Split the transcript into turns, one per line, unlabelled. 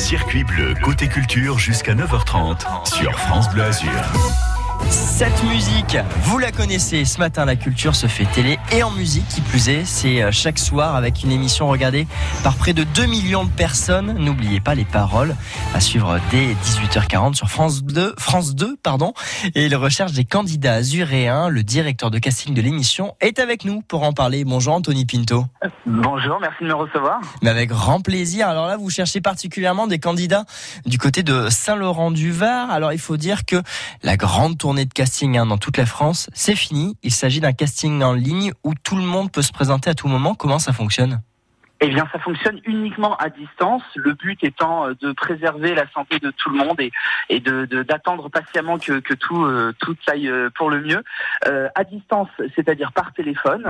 Circuit bleu, côté culture jusqu'à 9h30 sur France Bleu Azur.
Cette musique, vous la connaissez, ce matin la culture se fait télé et en musique qui plus est, c'est chaque soir avec une émission regardée par près de 2 millions de personnes. N'oubliez pas les paroles, à suivre dès 18h40 sur France 2, et il recherche des candidats azuréens. Le directeur de casting de l'émission est avec nous pour en parler. Bonjour Anthony Pinto.
Bonjour, merci de me recevoir.
Mais avec grand plaisir. Alors là, vous cherchez particulièrement des candidats du côté de Saint-Laurent-du-Var. Alors il faut dire que la grande tournée de casting dans toute la France, c'est fini. Il s'agit d'un casting en ligne où tout le monde peut se présenter à tout moment. Comment ça fonctionne ?
Eh bien, ça fonctionne uniquement à distance. Le but étant de préserver la santé de tout le monde et d'attendre patiemment que tout aille pour le mieux. À distance, c'est-à-dire par téléphone.